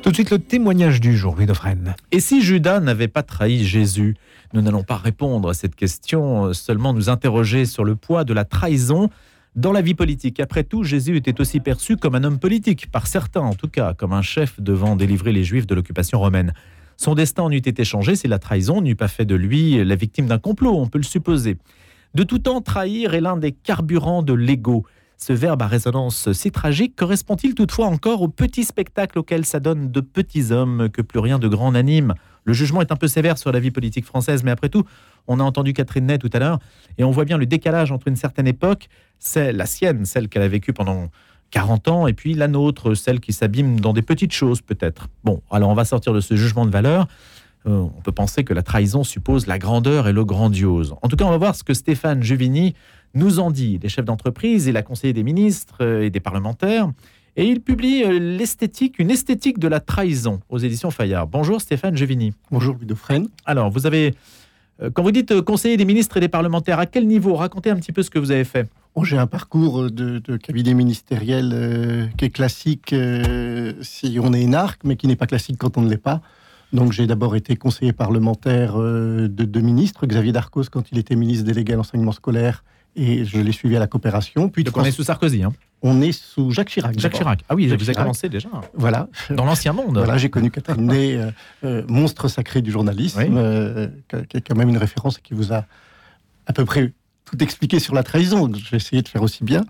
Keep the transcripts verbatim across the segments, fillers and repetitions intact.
Tout de suite, le témoignage du jour, Louis Dauphren. Et si Judas n'avait pas trahi Jésus? Nous n'allons pas répondre à cette question, seulement nous interroger sur le poids de la trahison dans la vie politique. Après tout, Jésus était aussi perçu comme un homme politique, par certains en tout cas, comme un chef devant délivrer les Juifs de l'occupation romaine. Son destin en eût été changé si la trahison n'eût pas fait de lui la victime d'un complot, on peut le supposer. De tout temps, trahir est l'un des carburants de l'ego. Ce verbe à résonance si tragique correspond-il toutefois encore au petit spectacle auquel s'adonnent de petits hommes que plus rien de grand n'anime? Le jugement est un peu sévère sur la vie politique française, mais après tout, on a entendu Catherine Ney tout à l'heure, et on voit bien le décalage entre une certaine époque, c'est la sienne, celle qu'elle a vécue pendant quarante ans, et puis la nôtre, celle qui s'abîme dans des petites choses peut-être. Bon, alors on va sortir de ce jugement de valeur. Euh, on peut penser que la trahison suppose la grandeur et le grandiose. En tout cas, on va voir ce que Stéphane Juvigny nous en dit. Les chefs d'entreprise, il a conseillé des ministres et des parlementaires, et il publie l'esthétique, une esthétique de la trahison aux éditions Fayard. Bonjour Stéphane Juvigny. Bonjour Louis Dauphren. Alors, vous avez, quand vous dites conseiller des ministres et des parlementaires, à quel niveau? Racontez un petit peu ce que vous avez fait. Bon, j'ai un parcours de, de cabinet ministériel euh, qui est classique euh, si on est énarque, mais qui n'est pas classique quand on ne l'est pas. Donc j'ai d'abord été conseiller parlementaire euh, de deux ministres, Xavier Darcos quand il était ministre délégué à l'enseignement scolaire, et je l'ai suivi à la coopération. Puis Donc on est sous Sarkozy, hein. On est sous Jacques Chirac. Jacques Chirac. Ah oui, Jacques vous avez Chirac. commencé déjà. Voilà. Dans l'ancien monde. Voilà, j'ai connu Catherine Ney, euh, euh, monstre sacré du journalisme, Oui. euh, qui est quand même une référence et qui vous a à peu près tout expliqué sur la trahison. Je vais essayer de faire aussi bien.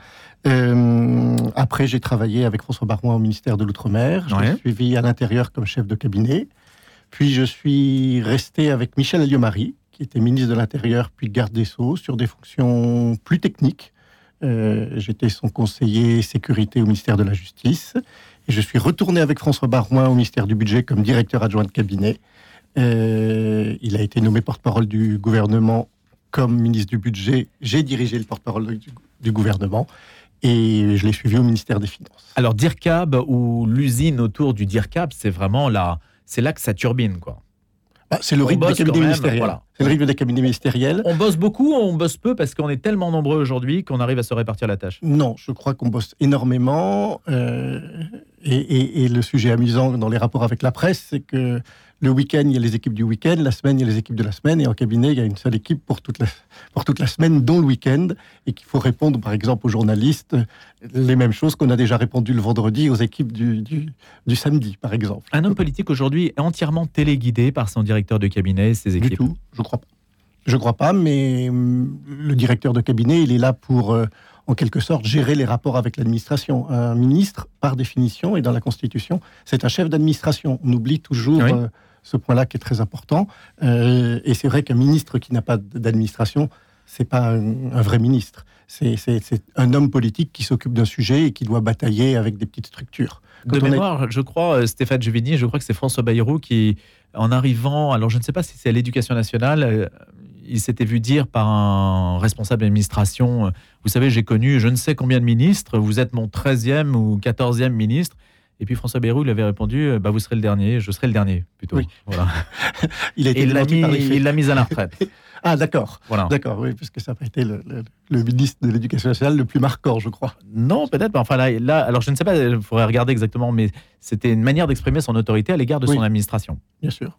Euh, après, j'ai travaillé avec François Baroin au ministère de l'Outre-mer. Je Ouais. l'ai suivi à l'intérieur comme chef de cabinet. Puis je suis resté avec Michel Alliot-Marie, qui était ministre de l'Intérieur puis garde des Sceaux, sur des fonctions plus techniques. Euh, j'étais son conseiller sécurité au ministère de la Justice. Et je suis retourné avec François Baroin au ministère du Budget comme directeur adjoint de cabinet. Euh, il a été nommé porte-parole du gouvernement comme ministre du Budget. J'ai dirigé le porte-parole du, du gouvernement. Et je l'ai suivi au ministère des Finances. Alors DIRCAB ou l'usine autour du DIRCAB, c'est vraiment là, c'est là que ça turbine, quoi. Bah, c'est le On rythme des bosse cabinets quand même, ministériels. voilà. C'est le rythme des cabinets ministériels. On bosse beaucoup, on bosse peu parce qu'on est tellement nombreux aujourd'hui qu'on arrive à se répartir la tâche. Non, je crois qu'on bosse énormément. Euh, et, et, et le sujet amusant dans les rapports avec la presse, c'est que le week-end, il y a les équipes du week-end, la semaine, il y a les équipes de la semaine, et en cabinet, il y a une seule équipe pour toute la, pour toute la semaine, dont le week-end, et qu'il faut répondre, par exemple, aux journalistes, les mêmes choses qu'on a déjà répondu le vendredi aux équipes du, du, du samedi, par exemple. Un homme politique aujourd'hui est entièrement téléguidé par son directeur de cabinet et ses équipes. Du tout, je crois pas. Je crois pas, mais hum, le directeur de cabinet, il est là pour, euh, en quelque sorte, gérer les rapports avec l'administration. Un ministre, par définition, et dans la Constitution, c'est un chef d'administration. On oublie toujours Oui. euh, ce point-là qui est très important. Euh, et c'est vrai qu'un ministre qui n'a pas d'administration, c'est pas un, un vrai ministre. C'est, c'est, c'est un homme politique qui s'occupe d'un sujet et qui doit batailler avec des petites structures. Quand De on est- mémoire, je crois, euh, Stéphane Juvigny, je crois que c'est François Bayrou qui, en arrivant, alors je ne sais pas si c'est à l'Éducation nationale, euh, il s'était vu dire par un responsable d'administration, euh, vous savez, j'ai connu je ne sais combien de ministres, vous êtes mon treizième ou quatorzième ministre. Et puis François Bayrou lui avait répondu, euh, bah, vous serez le dernier, je serai le dernier, plutôt. Oui. Voilà. il a été Et il l'a démenti mis, par les faits. il l'a mis à la retraite. Ah, d'accord. Voilà. D'accord, oui, parce que ça n'a pas été le, le- le ministre de l'Éducation nationale le plus marquant, je crois. Non, peut-être, mais enfin là, là, alors je ne sais pas, il faudrait regarder exactement, mais c'était une manière d'exprimer son autorité à l'égard de Oui. son administration. Bien sûr.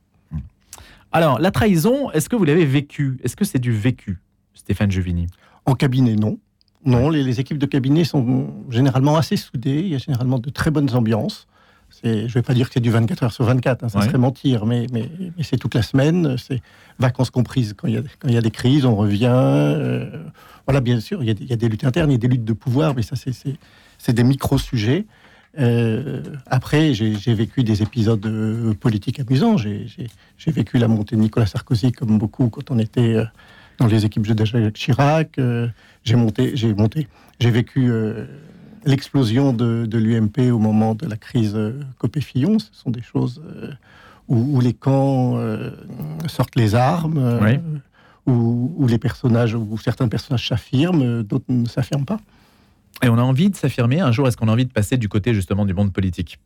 Alors, la trahison, est-ce que vous l'avez vécue? Est-ce que c'est du vécu, Stéphane Juvigny? En cabinet, non. Non, les, les équipes de cabinet sont généralement assez soudées. Il y a généralement de très bonnes ambiances. C'est, je ne vais pas dire que c'est du vingt-quatre heures sur vingt-quatre, hein, ça Ouais. serait mentir, mais, mais, mais c'est toute la semaine. C'est vacances comprises quand il y a, quand il y a des crises, on revient. euh, voilà, bien sûr, il y, a, il y a des luttes internes, il y a des luttes de pouvoir, mais ça, c'est, c'est, c'est des micro-sujets. Euh, après, j'ai, j'ai vécu des épisodes euh, politiques amusants. J'ai, j'ai, j'ai vécu la montée de Nicolas Sarkozy, comme beaucoup, quand on était euh, dans les équipes de Jacques Chirac. Euh, j'ai monté, j'ai monté, j'ai vécu euh, l'explosion de, de l'U M P au moment de la crise euh, Copé-Fillon. Ce sont des choses euh, où, où les camps euh, sortent les armes, euh, Oui. où, où les personnages, où certains personnages s'affirment, euh, d'autres ne s'affirment pas. Et on a envie de s'affirmer. Un jour, est-ce qu'on a envie de passer du côté justement du monde politique,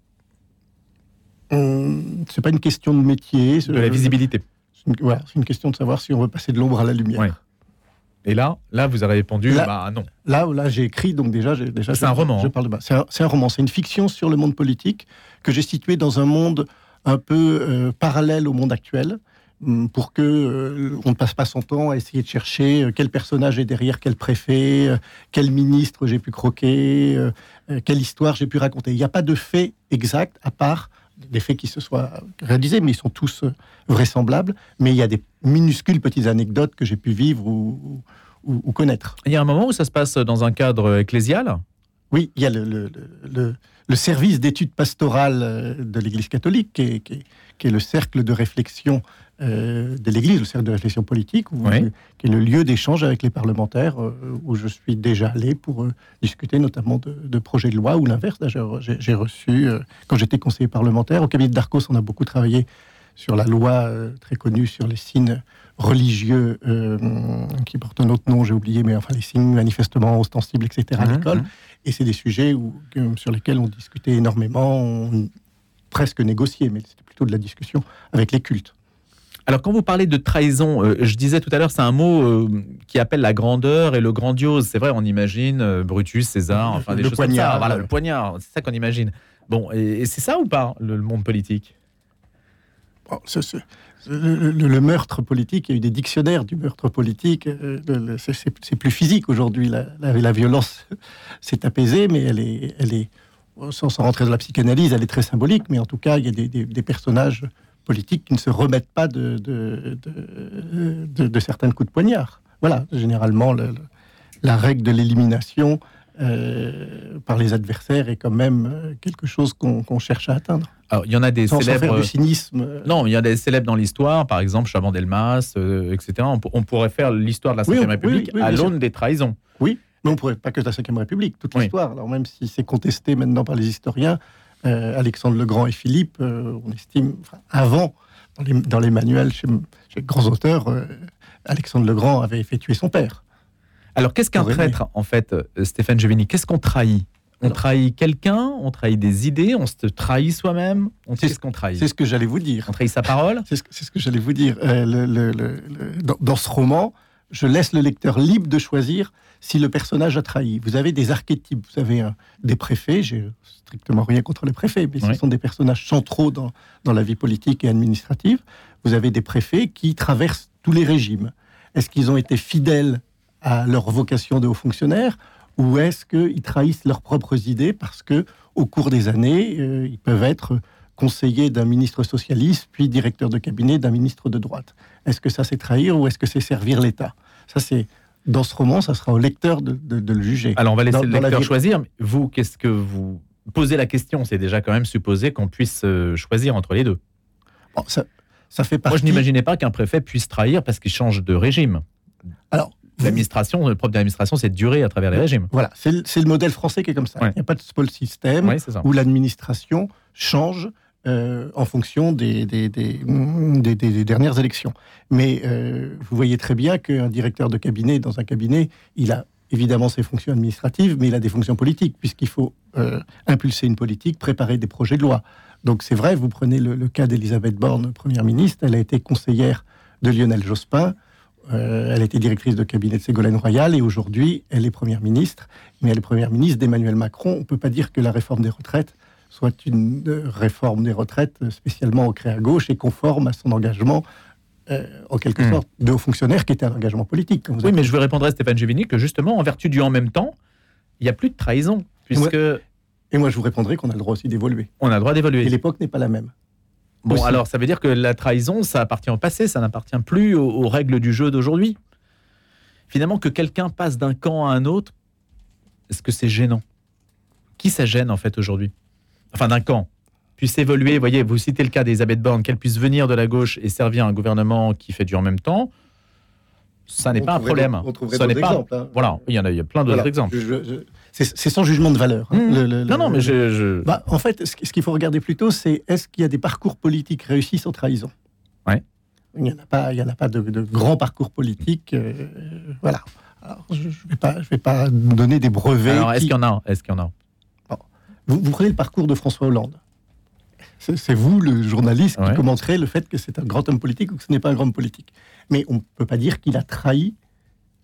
Hum, c'est pas une question de métier. de la visibilité? C'est une, voilà, c'est une question de savoir si on veut passer de l'ombre à la lumière. Ouais. Et là, là, vous avez répondu, là, bah non. Là, là, j'ai écrit, donc déjà, j'ai, déjà c'est je, un roman. Je parle de, bah, c'est, un, c'est un roman, c'est une fiction sur le monde politique que j'ai situé dans un monde un peu euh, parallèle au monde actuel, pour que euh, on ne passe pas son temps à essayer de chercher euh, quel personnage est derrière quel préfet, euh, quel ministre j'ai pu croquer, euh, euh, quelle histoire j'ai pu raconter. Il n'y a pas de faits exacts, à part des faits qui se soient réalisés, mais ils sont tous euh, vraisemblables. Mais il y a des minuscules petites anecdotes que j'ai pu vivre ou, ou, ou connaître. Il y a un moment où ça se passe dans un cadre ecclésial ? Oui, il y a le, le, le, le service d'études pastorales de l'Église catholique, qui est, qui est, qui est le cercle de réflexion euh, de l'Église, le cercle de réflexion politique, où, oui. qui est le lieu d'échange avec les parlementaires, euh, où je suis déjà allé pour euh, discuter notamment de, de projets de loi, ou l'inverse. D'ailleurs, j'ai, j'ai reçu, euh, quand j'étais conseiller parlementaire, au cabinet d'Arcos, on a beaucoup travaillé sur la loi euh, très connue sur les signes religieux euh, qui portent un autre nom, j'ai oublié, mais enfin les signes manifestement ostensibles, et cetera à l'école. Mmh. Et c'est des sujets où, sur lesquels on discutait énormément, on presque négociait, mais c'était plutôt de la discussion avec les cultes. Alors, quand vous parlez de trahison, euh, je disais tout à l'heure, c'est un mot euh, qui appelle la grandeur et le grandiose. C'est vrai, on imagine euh, Brutus, César, enfin des le choses poignard, comme ça. Voilà, ouais. Le poignard, c'est ça qu'on imagine. Bon, et, et c'est ça ou pas, le, le monde politique ? Bon, c'est, c'est, le, le, le meurtre politique, il y a eu des dictionnaires du meurtre politique. Euh, le, c'est, c'est, c'est plus physique aujourd'hui. La, la, la violence s'est apaisée, mais elle est, elle est, sans, sans rentrer dans la psychanalyse, elle est très symbolique. Mais en tout cas, il y a des, des, des personnages politiques qui ne se remettent pas de, de, de, de, de certains coups de poignard. Voilà, généralement, le, le, la règle de l'élimination euh, par les adversaires est quand même quelque chose qu'on, qu'on cherche à atteindre. Alors, il y en a des sans, célèbres. Sans faire du cynisme. Non, il y en a des célèbres dans l'histoire, par exemple Chaban-Delmas, euh, et cetera. On, on pourrait faire l'histoire de la cinquième oui, République oui, oui, à l'aune sûr. des trahisons. Oui, mais on pourrait pas que la cinquième République, toute oui. l'histoire. Alors même si c'est contesté maintenant par les historiens, euh, Alexandre le Grand et Philippe, euh, on estime, enfin, avant, dans les, dans les manuels chez, chez les grands auteurs, euh, Alexandre le Grand avait fait tuer son père. Alors qu'est-ce qu'un traître, en fait, Stéphane Giovini ? Qu'est-ce qu'on trahit ? On Alors, trahit quelqu'un, on trahit des idées, on se trahit soi-même. On c'est ce qu'on trahit. C'est ce que j'allais vous dire. On trahit sa parole. c'est, ce, c'est ce que j'allais vous dire. Euh, le, le, le, le, dans, dans ce roman, je laisse le lecteur libre de choisir si le personnage a trahi. Vous avez des archétypes. Vous avez un, des préfets. J'ai strictement rien contre les préfets, mais oui. ce sont des personnages centraux dans, dans la vie politique et administrative. Vous avez des préfets qui traversent tous les régimes. Est-ce qu'ils ont été fidèles à leur vocation de haut fonctionnaire ? Ou est-ce qu'ils trahissent leurs propres idées parce que, au cours des années, euh, ils peuvent être conseillers d'un ministre socialiste, puis directeur de cabinet d'un ministre de droite ? Est-ce que ça c'est trahir ou est-ce que c'est servir l'État ? Ça c'est dans ce roman, ça sera au lecteur de, de, de le juger. Alors on va laisser dans, le lecteur choisir. Vous, qu'est-ce que vous posez la question ? C'est déjà quand même supposé qu'on puisse euh, choisir entre les deux. Bon, ça, ça fait partie. Moi, je n'imaginais pas qu'un préfet puisse trahir parce qu'il change de régime. Alors. L'administration, le propre de l'administration, c'est de durer à travers les régimes. Voilà, c'est le, c'est le modèle français qui est comme ça. Ouais. Il n'y a pas de spoil système ouais, où l'administration change euh, en fonction des, des, des, des, des, des dernières élections. Mais euh, vous voyez très bien qu'un directeur de cabinet, dans un cabinet, il a évidemment ses fonctions administratives, mais il a des fonctions politiques, puisqu'il faut euh, impulser une politique, préparer des projets de loi. Donc c'est vrai, vous prenez le, le cas d'Elisabeth Borne, première ministre, elle a été conseillère de Lionel Jospin. Euh, elle était directrice de cabinet de Ségolène Royal et aujourd'hui, elle est première ministre. Mais elle est première ministre d'Emmanuel Macron. On ne peut pas dire que la réforme des retraites soit une euh, réforme des retraites spécialement ancrée à gauche et conforme à son engagement, euh, en quelque mmh. sorte, de haut fonctionnaire qui était un engagement politique. Oui, avez... mais je veux répondre à Stéphane Giovini que justement, en vertu du en même temps, il n'y a plus de trahison. Puisque... Ouais. Et moi, je vous répondrai qu'on a le droit aussi d'évoluer. On a le droit d'évoluer. Et l'époque n'est pas la même. Bon, aussi. Alors, ça veut dire que la trahison, ça appartient au passé, ça n'appartient plus aux, aux règles du jeu d'aujourd'hui. Finalement, que quelqu'un passe d'un camp à un autre, est-ce que c'est gênant ? Qui ça gêne, en fait, aujourd'hui ? Enfin, d'un camp, puisse évoluer. Vous voyez, vous citez le cas d'Elisabeth Borne, qu'elle puisse venir de la gauche et servir un gouvernement qui fait du en même temps, ça n'est on pas un problème. On trouverait ça d'autres n'est pas... exemples. Hein. Voilà, il y en a, il y a plein d'autres voilà. exemples. Je, je, c'est, c'est sans jugement de valeur. Hein. Mmh. Le, le, non, non, mais je... je... Bah, en fait, ce qu'il faut regarder plutôt, c'est est-ce qu'il y a des parcours politiques réussis sans trahison ? Ouais. Il n'y en a pas, il n'y en a pas de, de grands parcours politiques. Euh, voilà. Alors, je ne vais pas, je vais pas donner des brevets. Alors, est-ce qui... qu'il y en a Est-ce qu'il y en a bon. vous, vous prenez le parcours de François Hollande. C'est, c'est vous, le journaliste, ouais. qui commenterez le fait que c'est un grand homme politique ou que ce n'est pas un grand homme politique. Mais on ne peut pas dire qu'il a trahi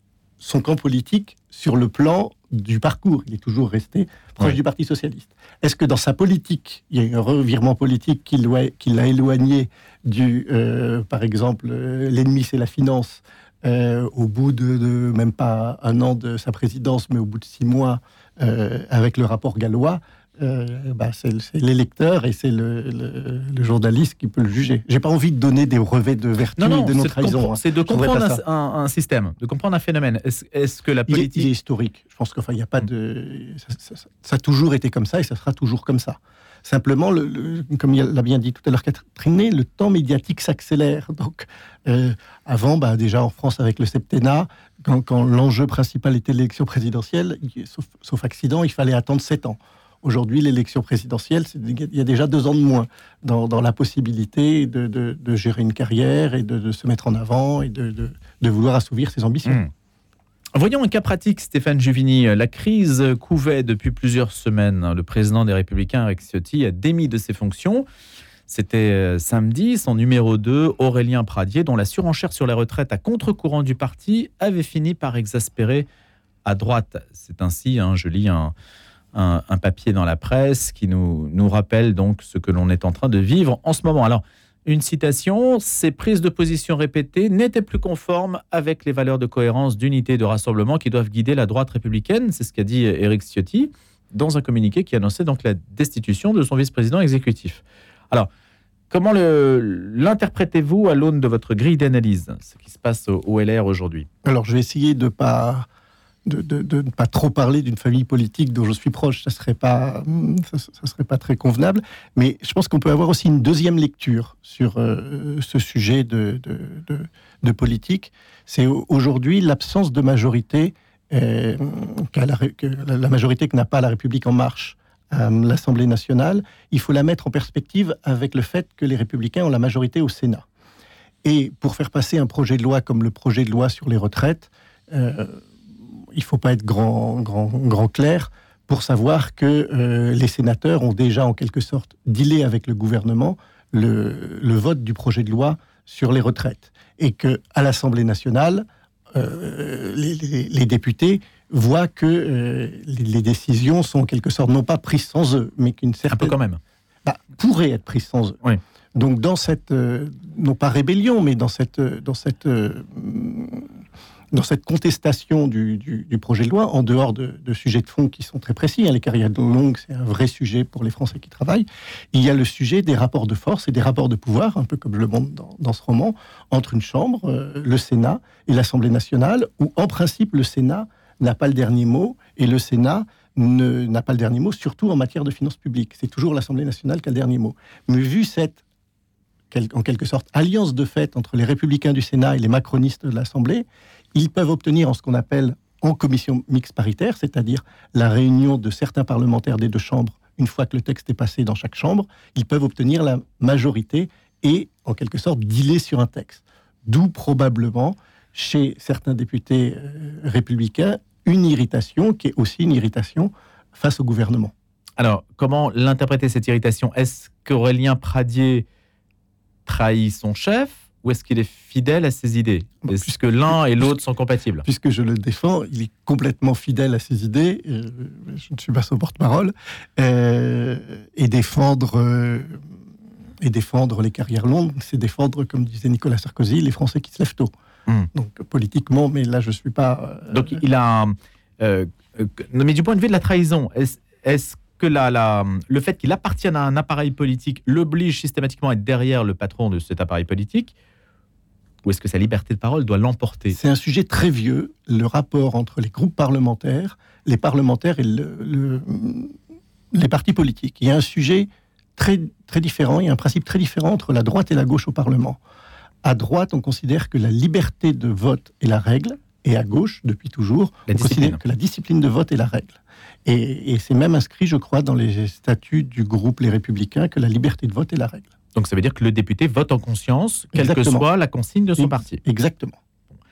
son camp politique sur le plan du parcours. Il est toujours resté proche oui. du Parti socialiste. Est-ce que dans sa politique, il y a eu un revirement politique qui l'a, qui l'a éloigné du, euh, par exemple, euh, l'ennemi c'est la finance, euh, au bout de, de même pas un an de sa présidence, mais au bout de six mois, euh, avec le rapport gallois, Euh, bah c'est, c'est l'électeur et c'est le, le, le journaliste qui peut le juger. J'ai pas envie de donner des brevets de vertu non, non, et de non-trahison. C'est, compre- c'est de comprendre un, un, un système, de comprendre un phénomène. Est-ce, est-ce que la politique... Il est, il est historique. Je pense qu'il n'y a pas de... Ça, ça, ça a toujours été comme ça et ça sera toujours comme ça. Simplement, le, le, comme l'a bien dit tout à l'heure Catherine, le temps médiatique s'accélère. Donc, euh, avant, bah, déjà en France avec le septennat, quand, quand l'enjeu principal était l'élection présidentielle, sauf, sauf accident, il fallait attendre sept ans. Aujourd'hui, l'élection présidentielle, c'est, il y a déjà deux ans de moins dans, dans la possibilité de, de, de gérer une carrière et de, de se mettre en avant et de, de, de vouloir assouvir ses ambitions. Mmh. Voyons un cas pratique, Stéphane Juvigny. La crise couvait depuis plusieurs semaines. Le président des Républicains, Éric Ciotti, a démis de ses fonctions. C'était samedi. Son numéro deux, Aurélien Pradié, dont la surenchère sur les retraites à contre-courant du parti, avait fini par exaspérer à droite. C'est ainsi, hein, je lis un... Un, un papier dans la presse qui nous, nous rappelle donc ce que l'on est en train de vivre en ce moment. Alors, une citation, ces prises de position répétées n'étaient plus conformes avec les valeurs de cohérence, d'unité et de rassemblement qui doivent guider la droite républicaine. C'est ce qu'a dit Éric Ciotti dans un communiqué qui annonçait donc la destitution de son vice-président exécutif. Alors, comment le, l'interprétez-vous à l'aune de votre grille d'analyse, ce qui se passe au, au L R aujourd'hui ? Alors, je vais essayer de pas... De, de, de ne pas trop parler d'une famille politique dont je suis proche, ça serait pas, ça, ça serait pas très convenable. Mais je pense qu'on peut avoir aussi une deuxième lecture sur euh, ce sujet de, de, de, de politique. C'est aujourd'hui l'absence de majorité, euh, qu'a la, que la majorité que n'a pas la République en marche à l'Assemblée nationale. Il faut la mettre en perspective avec le fait que les Républicains ont la majorité au Sénat. Et pour faire passer un projet de loi comme le projet de loi sur les retraites, euh, il ne faut pas être grand, grand, grand clair pour savoir que euh, les sénateurs ont déjà en quelque sorte dealé avec le gouvernement le, le vote du projet de loi sur les retraites. Et qu'à l'Assemblée nationale, euh, les, les, les députés voient que euh, les, les décisions sont en quelque sorte non pas prises sans eux, mais qu'une certaine... Un peu quand même. Bah, pourraient être prises sans eux. Oui. Donc dans cette, euh, non pas rébellion, mais dans cette... Dans cette euh, dans cette contestation du, du, du projet de loi, en dehors de, de sujets de fond qui sont très précis, hein, les carrières longues, c'est un vrai sujet pour les Français qui travaillent, il y a le sujet des rapports de force et des rapports de pouvoir, un peu comme je le montre dans, dans ce roman, entre une chambre, euh, le Sénat et l'Assemblée nationale, où en principe le Sénat n'a pas le dernier mot, et le Sénat ne, n'a pas le dernier mot, surtout en matière de finances publiques. C'est toujours l'Assemblée nationale qui a le dernier mot. Mais vu cette, en quelque sorte, alliance de fait entre les républicains du Sénat et les macronistes de l'Assemblée, ils peuvent obtenir en ce qu'on appelle en commission mixte paritaire, c'est-à-dire la réunion de certains parlementaires des deux chambres, une fois que le texte est passé dans chaque chambre, ils peuvent obtenir la majorité et, en quelque sorte, dealer sur un texte. D'où probablement, chez certains députés euh, républicains, une irritation qui est aussi une irritation face au gouvernement. Alors, comment l'interpréter, cette irritation ? Est-ce qu'Aurélien Pradié trahit son chef ? Ou est-ce qu'il est fidèle à ses idées ? Est-ce puisque, que l'un et l'autre sont compatibles ? Puisque je le défends, il est complètement fidèle à ses idées. Euh, je ne suis pas son porte-parole. Euh, et, défendre, euh, et défendre les carrières longues, c'est défendre, comme disait Nicolas Sarkozy, les Français qui se lèvent tôt. Mmh. Donc politiquement, mais là je ne suis pas... Euh, Donc il a... Un, euh, mais du point de vue de la trahison, est-ce, est-ce que la, la, le fait qu'il appartienne à un appareil politique l'oblige systématiquement à être derrière le patron de cet appareil politique ? Ou est-ce que sa liberté de parole doit l'emporter ? C'est un sujet très vieux, le rapport entre les groupes parlementaires, les parlementaires et le, le, les partis politiques. Il y a un sujet très, très différent, il y a un principe très différent entre la droite et la gauche au Parlement. À droite, on considère que la liberté de vote est la règle, et à gauche, depuis toujours, la on discipline. considère que la discipline de vote est la règle. Et, et c'est même inscrit, je crois, dans les statuts du groupe Les Républicains, que la liberté de vote est la règle. Donc ça veut dire que le député vote en conscience, quelle Exactement. que soit la consigne de son et, parti. Exactement.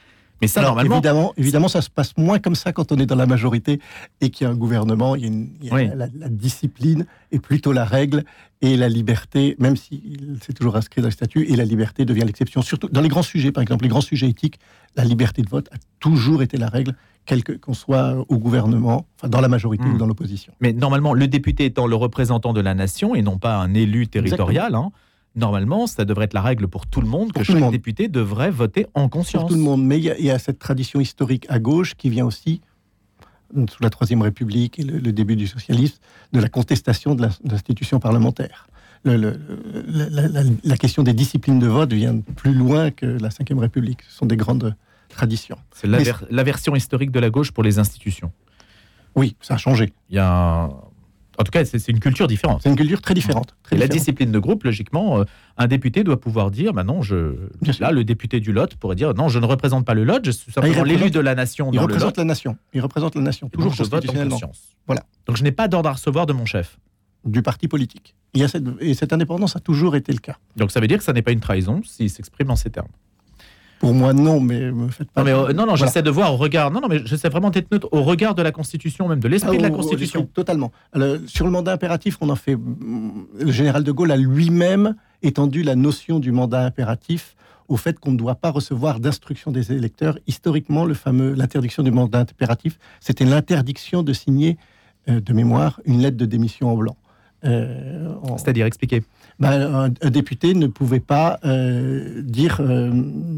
Mais ça, Alors, normalement... Évidemment, évidemment, ça se passe moins comme ça quand on est dans la majorité et qu'il y a un gouvernement. Il y a, une, il y a oui. la, la discipline est plutôt la règle et la liberté, même si c'est toujours inscrit dans les statuts, et la liberté devient l'exception. Surtout dans les grands sujets, par exemple, les grands sujets éthiques, la liberté de vote a toujours été la règle, quel que, qu'on soit au gouvernement, enfin dans la majorité mmh. ou dans l'opposition. Mais normalement, le député étant le représentant de la nation et non pas un élu territorial, hein, normalement, ça devrait être la règle pour tout le monde, pour que chaque monde. député devrait voter en conscience. Pour tout le monde, mais il y, y a cette tradition historique à gauche qui vient aussi, sous la Troisième République et le, le début du socialisme, de la contestation de, la, de l'institution parlementaire. Le, le, la, la, la, la question des disciplines de vote vient plus loin que la Cinquième République. Ce sont des grandes traditions. C'est l'aver, l'aversion historique de la gauche pour les institutions. Oui, ça a changé. Il y a un... En tout cas, c'est, c'est une culture différente. C'est une culture très différente. Très et différente. La discipline de groupe, logiquement, euh, un député doit pouvoir dire, bah non, je... là, le député du Lot pourrait dire, non, je ne représente pas le Lot, je suis simplement ah, l'élu de la nation. Il dans représente le Lot. la nation. Il représente la nation. Toujours je vote en conscience. Voilà. Donc, je n'ai pas d'ordre à recevoir de mon chef. Du parti politique. Il y a cette, et cette indépendance a toujours été le cas. Donc, ça veut dire que ça n'est pas une trahison s'il s'exprime en ces termes. Pour moi, non, mais me faites pas... Non, mais, euh, non, non, voilà. J'essaie de voir au regard... Non, non, mais j'essaie vraiment d'être neutre au regard de la Constitution, même de l'esprit ah, de la Constitution. Oh, totalement. Alors, sur le mandat impératif, on en fait... Le général de Gaulle a lui-même étendu la notion du mandat impératif au fait qu'on ne doit pas recevoir d'instructions des électeurs. Historiquement, le fameux, l'interdiction du mandat impératif, c'était l'interdiction de signer, euh, de mémoire, une lettre de démission en blanc. Euh, en... C'est-à-dire, expliquez. Ben, un, un député ne pouvait pas euh, dire, euh,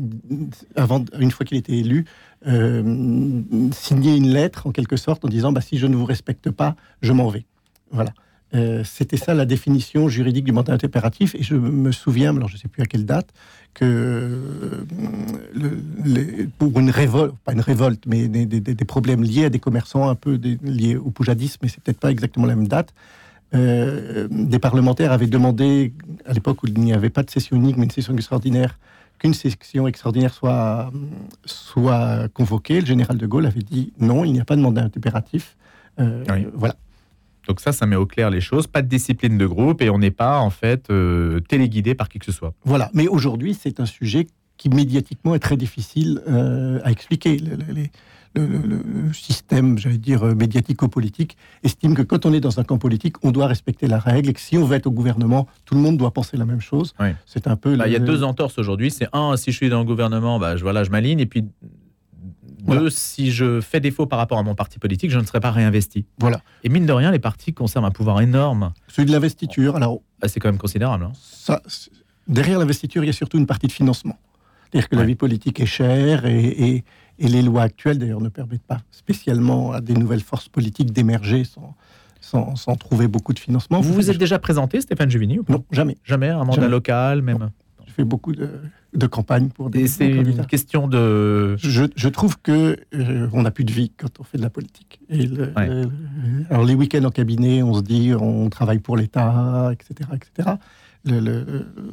avant, une fois qu'il était élu, euh, signer une lettre, en quelque sorte, en disant bah, « si je ne vous respecte pas, je m'en vais ». Voilà. Euh, c'était ça la définition juridique du mandat impératif. Et je me souviens, alors je ne sais plus à quelle date, que euh, le, les, pour une révolte, pas une révolte, mais des, des, des problèmes liés à des commerçants, un peu des, liés au poujadisme, mais c'est peut-être pas exactement la même date, Euh, des parlementaires avaient demandé, à l'époque où il n'y avait pas de session unique, mais une session extraordinaire, qu'une session extraordinaire soit, soit convoquée. Le général de Gaulle avait dit non, il n'y a pas de mandat impératif. Euh, oui. Voilà. Donc ça, ça met au clair les choses. Pas de discipline de groupe et on n'est pas, en fait, euh, téléguidé par qui que ce soit. Voilà. Mais aujourd'hui, c'est un sujet qui, médiatiquement, est très difficile euh, à expliquer. Le, le, les, Le, le, le système, j'allais dire, médiatico-politique, estime que quand on est dans un camp politique, on doit respecter la règle et que si on veut être au gouvernement, tout le monde doit penser la même chose. Oui. C'est un peu... Bah, le... Il y a deux entorses aujourd'hui. C'est un, si je suis dans le gouvernement, bah, je, voilà, je m'aligne. Et puis deux, voilà. Si je fais défaut par rapport à mon parti politique, je ne serai pas réinvesti. Voilà. Et mine de rien, les partis conservent un pouvoir énorme. Celui de l'investiture, alors... Ah, c'est quand même considérable. Hein. Ça, derrière l'investiture, il y a surtout une partie de financement. C'est-à-dire que ouais. la vie politique est chère et... et Et les lois actuelles, d'ailleurs, ne permettent pas spécialement à des nouvelles forces politiques d'émerger sans, sans, sans trouver beaucoup de financement. Vous vous êtes déjà présenté, Stéphane Juvigny, ou pas ? Non, jamais. Jamais, un mandat jamais. Local, même non. Je fais beaucoup de, de campagnes pour des... Et c'est des une question de... Je, je trouve qu'on euh, n'a plus de vie quand on fait de la politique. Et le, ouais. le, alors, les week-ends en cabinet, on se dit, on travaille pour l'État, et cetera, et cetera. Le... le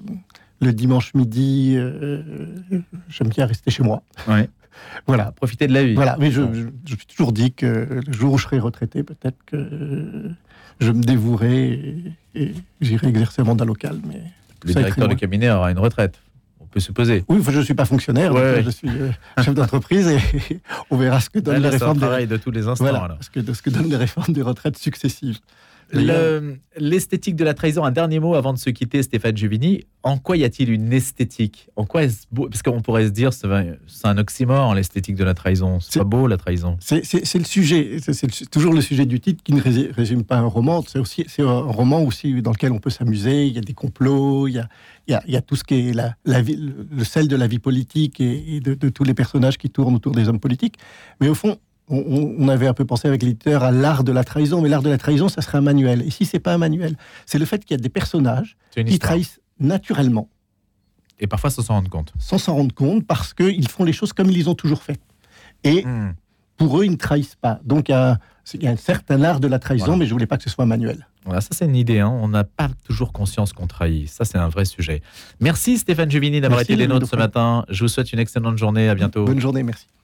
Le dimanche midi, euh, j'aime bien rester chez moi. Ouais. Voilà, profiter de la vie. Voilà, mais je, je, je me suis toujours dit que le jour où je serai retraité, peut-être que je me dévouerai et, et j'irai exercer un mandat local. Mais le directeur de cabinet aura une retraite. On peut supposer. Oui, enfin, je ne suis pas fonctionnaire, ouais, ouais. Je suis euh, chef d'entreprise et on verra ce que donnent là, les réformes. C'est un travail des... de tous les instants. Voilà, alors. Parce que de ce que donnent les réformes des retraites successives. Le, l'esthétique de la trahison, un dernier mot avant de se quitter, Stéphane Juvigny. En quoi y a-t-il une esthétique ? En quoi est-ce beau ? Parce qu'on pourrait se dire, c'est un oxymore, l'esthétique de la trahison. C'est, c'est pas beau, la trahison. C'est, c'est, c'est le sujet, c'est, c'est le, toujours le sujet du titre qui ne résume pas un roman. C'est aussi c'est un roman aussi dans lequel on peut s'amuser. Il y a des complots, il y a, il y a, il y a tout ce qui est la, la vie, le sel de la vie politique et, et de, de tous les personnages qui tournent autour des hommes politiques. Mais au fond, On, on avait un peu pensé avec l'éditeur à l'art de la trahison, mais l'art de la trahison, ça serait un manuel. Et si c'est pas un manuel, c'est le fait qu'il y a des personnages qui histoire. trahissent naturellement. Et parfois sans s'en rendre compte. Sans s'en rendre compte, parce qu'ils font les choses comme ils les ont toujours faites. Et mmh. pour eux, ils ne trahissent pas. Donc il y a, il y a un certain art de la trahison, voilà. mais je voulais pas que ce soit un manuel. Voilà, ça c'est une idée. Hein. On n'a pas toujours conscience qu'on trahit. Ça c'est un vrai sujet. Merci Stéphane Juvigny d'avoir merci, été des nôtres ce matin. Je vous souhaite une excellente journée. À bientôt. Bonne journée, merci.